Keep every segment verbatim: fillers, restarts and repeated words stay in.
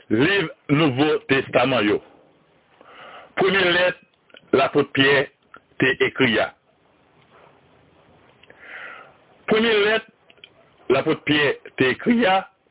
livre Nouveau Testament yo. Première lettre, l'apôtre Pierre t'est écrit. Première lettre, l'apôtre Pierre t'est écrit.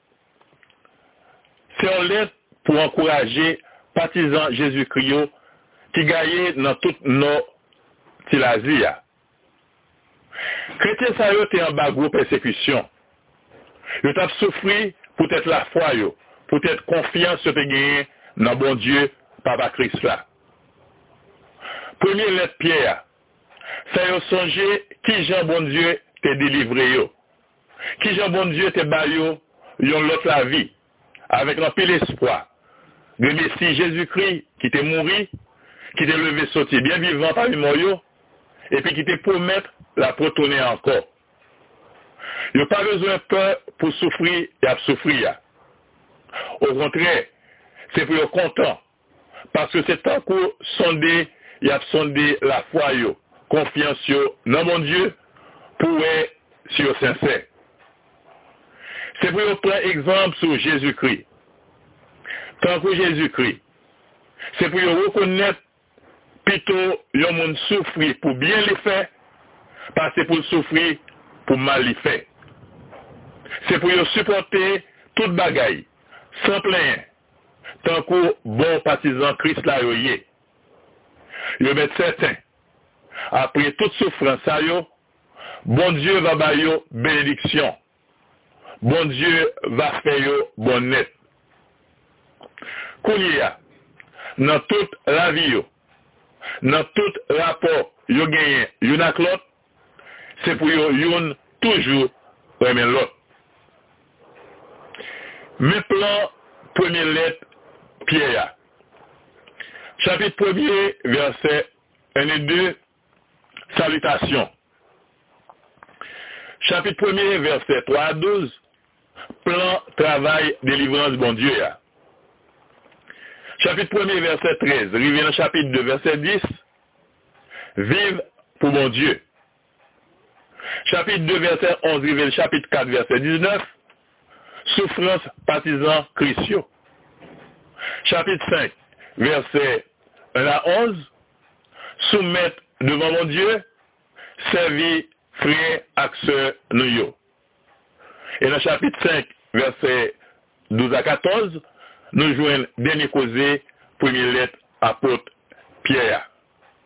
C'est une lettre pour encourager partisans Jésus-Christ qui gagnent dans toute nos l'Asie. Chrétiens ça yo t'es en bas gros persécution. Yo t'a souffri pour être la foi yo, pour être confiance sur te gagner dans bon Dieu Papa Christ là. Première lettre Pierre. Ça yo songer qui Jean bon Dieu t'est délivré yo. Qui Jean bon Dieu t'est ba yo yon l'autre la vie avec un pile espoir. Le Messie Jésus-Christ qui t'est mouru, qui t'est levé sorti bien vivant parmi moi yo et puis qui t'est promettre la protonner encore. Il n'y a pas besoin de peur pour souffrir et à souffrir. Au contraire, c'est pour être content. Parce que c'est un coup sondé, il a sondé la foi, yo, confiance yo, dans mon Dieu, pour être sur sincère. C'est pour prendre exemple sur Jésus-Christ. Tant que Jésus-Christ. C'est pour reconnaître plutôt yon moun souffrir pour bien les faire, parce que pour souffrir pour mal les faire. C'est pour supporter toute bagaille, sans plaindre, tant que bon partisan Christ la yoye. Yo met certain, après toute souffrance ça yo, bon Dieu va ba yo bénédiction. Bon Dieu va faire yo bon net. Kounia, dans toute la vie yo, dans tout rapport yo gagne yon ak l'autre, c'est pour yo yon toujours remen l'autre. Mes plans, première lettre, Pierre. Chapitre premier, verset un et deux, salutation. Chapitre premier, verset trois à douze, plan, travail, délivrance, bon Dieu. Chapitre premier, verset treize, rivé dans chapitre deux, verset dix, vive pour mon Dieu. Chapitre deux, verset onze, rivé dans chapitre quatre, verset dix-neuf, souffrance partisan Christio. Chapitre cinq, verset un à onze, soumettre devant mon Dieu, servir frère, accès, nous. Et dans chapitre cinq, verset douze à quatorze, nous joignons dernier causé, première lettre, apôtre Pierre.